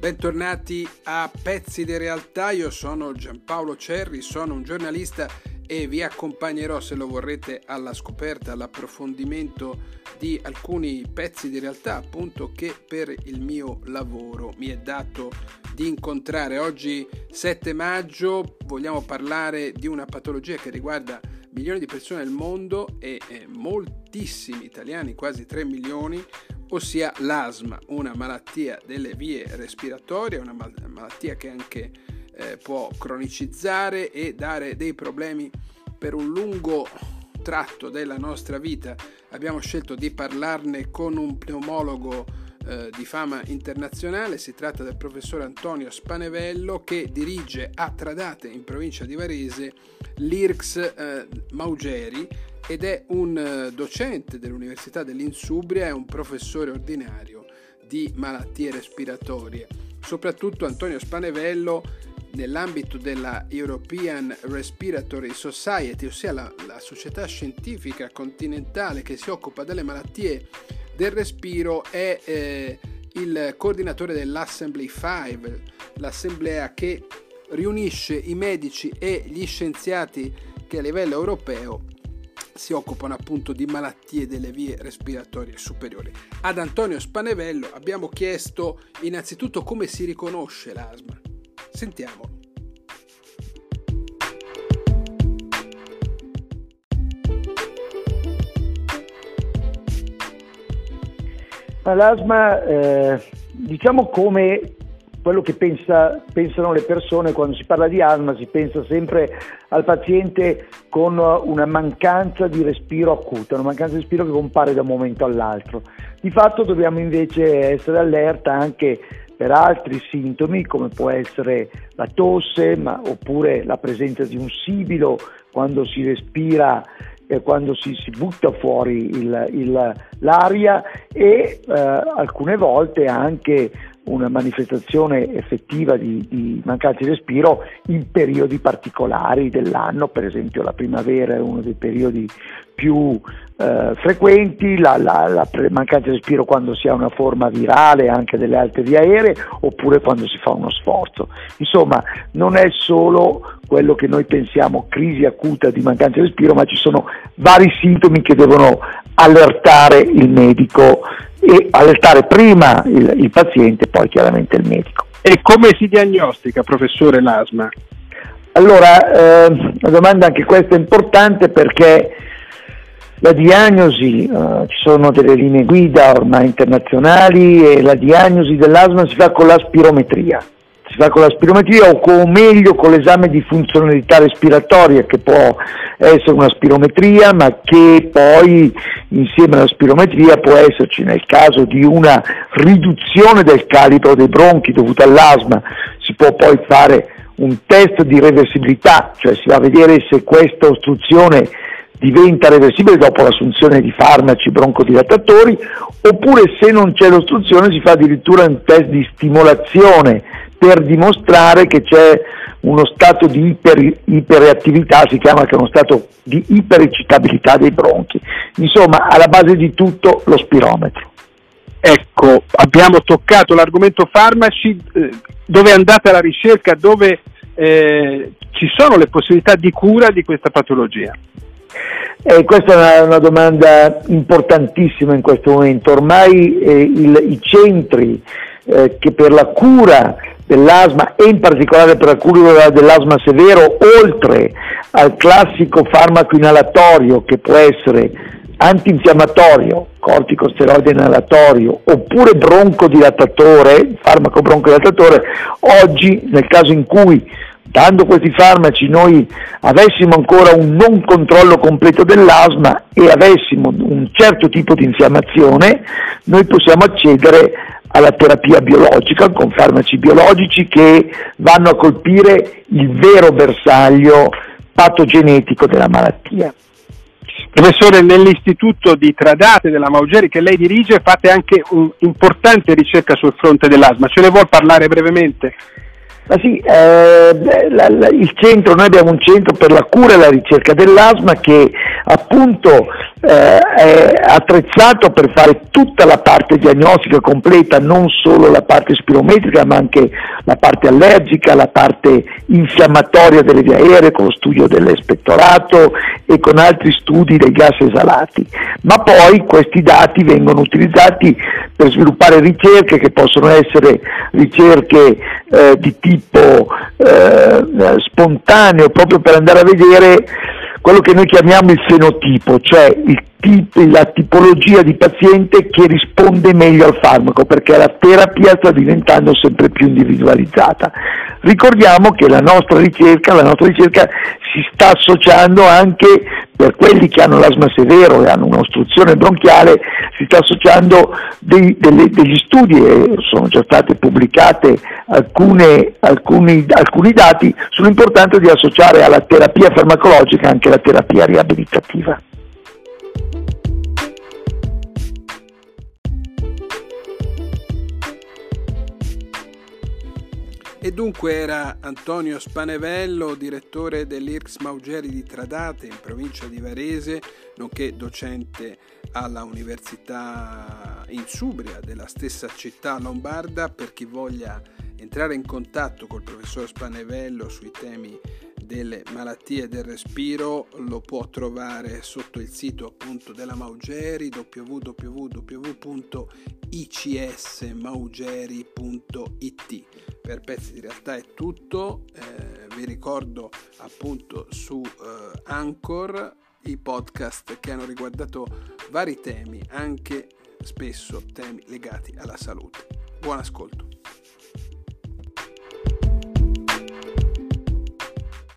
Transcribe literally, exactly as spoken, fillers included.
bentornati a Pezzi di Realtà. Io sono Giampaolo Cerri, sono un giornalista e vi accompagnerò, se lo vorrete, alla scoperta, all'approfondimento di alcuni pezzi di realtà, appunto, che per il mio lavoro mi è dato di incontrare. Oggi, sette maggio, vogliamo parlare di una patologia che riguarda milioni di persone nel mondo e eh, moltissimi italiani, quasi tre milioni, ossia l'asma, una malattia delle vie respiratorie, una mal- malattia che anche eh, può cronicizzare e dare dei problemi per un lungo tratto della nostra vita. Abbiamo scelto di parlarne con un pneumologo eh, di fama internazionale. Si tratta del professor Antonio Spanevello, che dirige a Tradate, in provincia di Varese, l'I R C S eh, Maugeri, ed è un uh, docente dell'Università dell'Insubria e un professore ordinario di malattie respiratorie. Soprattutto Antonio Spanevello, nell'ambito della European Respiratory Society, ossia la, la società scientifica continentale che si occupa delle malattie del respiro, è eh, il coordinatore dell'Assembly cinque, l'assemblea che riunisce i medici e gli scienziati che a livello europeo si occupano appunto di malattie delle vie respiratorie superiori. Ad Antonio Spanevello abbiamo chiesto innanzitutto come si riconosce l'asma. Sentiamolo. L'asma, eh, diciamo come quello che pensa, pensano le persone quando si parla di asma, si pensa sempre al paziente con una mancanza di respiro acuta, una mancanza di respiro che compare da un momento all'altro. Di fatto dobbiamo invece essere allerta anche per altri sintomi, come può essere la tosse, ma, oppure la presenza di un sibilo quando si respira, eh, quando si, si butta fuori il, il, l'aria e eh, alcune volte anche una manifestazione effettiva di, di mancanza di respiro in periodi particolari dell'anno. Per esempio la primavera è uno dei periodi più eh, frequenti, la, la, la mancanza di respiro quando si ha una forma virale anche delle alte vie aeree, oppure quando si fa uno sforzo. Insomma, non è solo quello che noi pensiamo crisi acuta di mancanza di respiro, ma ci sono vari sintomi che devono allertare il medico e allertare prima il, il paziente, poi chiaramente il medico. E come si diagnostica, professore, l'asma? Allora, eh, una domanda anche questa importante, perché la diagnosi, eh, ci sono delle linee guida ormai internazionali e la diagnosi dell'asma si fa con la spirometria. Si fa con la spirometria o, con, o meglio con l'esame di funzionalità respiratoria, che può essere una spirometria, ma che poi insieme alla spirometria può esserci, nel caso di una riduzione del calibro dei bronchi dovuta all'asma, si può poi fare un test di reversibilità, cioè si va a vedere se questa ostruzione diventa reversibile dopo l'assunzione di farmaci broncodilatatori, oppure se non c'è l'ostruzione si fa addirittura un test di stimolazione per dimostrare che c'è uno stato di iper, iperreattività, si chiama, che è uno stato di iperecitabilità dei bronchi. Insomma, alla base di tutto lo spirometro. Ecco, abbiamo toccato l'argomento farmaci. Eh, dove è andata la ricerca, dove eh, ci sono le possibilità di cura di questa patologia? Eh, questa è una, una domanda importantissima in questo momento. Ormai eh, il, i centri eh, che per la cura dell'asma e in particolare per la cura dell'asma severo, oltre al classico farmaco inalatorio che può essere antinfiammatorio, corticosteroide inalatorio, oppure broncodilatatore, farmaco broncodilatatore, oggi nel caso in cui dando questi farmaci noi avessimo ancora un non controllo completo dell'asma e avessimo un certo tipo di infiammazione, noi possiamo accedere alla terapia biologica con farmaci biologici che vanno a colpire il vero bersaglio patogenetico della malattia. Professore, nell'istituto di Tradate della Maugeri che lei dirige fate anche un'importante ricerca sul fronte dell'asma, ce ne vuol parlare brevemente? Ma sì, eh, la, la, il centro, noi abbiamo un centro per la cura e la ricerca dell'asma che appunto eh, è attrezzato per fare tutta la parte diagnostica completa, non solo la parte spirometrica ma anche la parte allergica, la parte infiammatoria delle vie aeree con lo studio dell'espettorato e con altri studi dei gas esalati. Ma poi questi dati vengono utilizzati per sviluppare ricerche che possono essere ricerche eh, di tipo eh, spontaneo, proprio per andare a vedere quello che noi chiamiamo il fenotipo, cioè il tipo, la tipologia di paziente che risponde meglio al farmaco, perché la terapia sta diventando sempre più individualizzata. Ricordiamo che la nostra ricerca, la nostra ricerca si sta associando anche per quelli che hanno l'asma severo e hanno un'ostruzione bronchiale, si sta associando dei, delle, degli studi, e sono già state pubblicate alcune, alcuni, alcuni dati sull'importanza di associare alla terapia farmacologica anche la terapia riabilitativa. E dunque era Antonio Spanevello, direttore dell'I R C S Maugeri di Tradate in provincia di Varese, nonché docente alla Università Insubria della stessa città lombarda. Per chi voglia entrare in contatto col professor Spanevello sui temi delle malattie del respiro lo può trovare sotto il sito appunto della Maugeri, w w w punto i c s maugeri punto i t. Per Pezzi di Realtà è tutto, eh, vi ricordo appunto su eh, Anchor i podcast che hanno riguardato vari temi, anche spesso temi legati alla salute. Buon ascolto.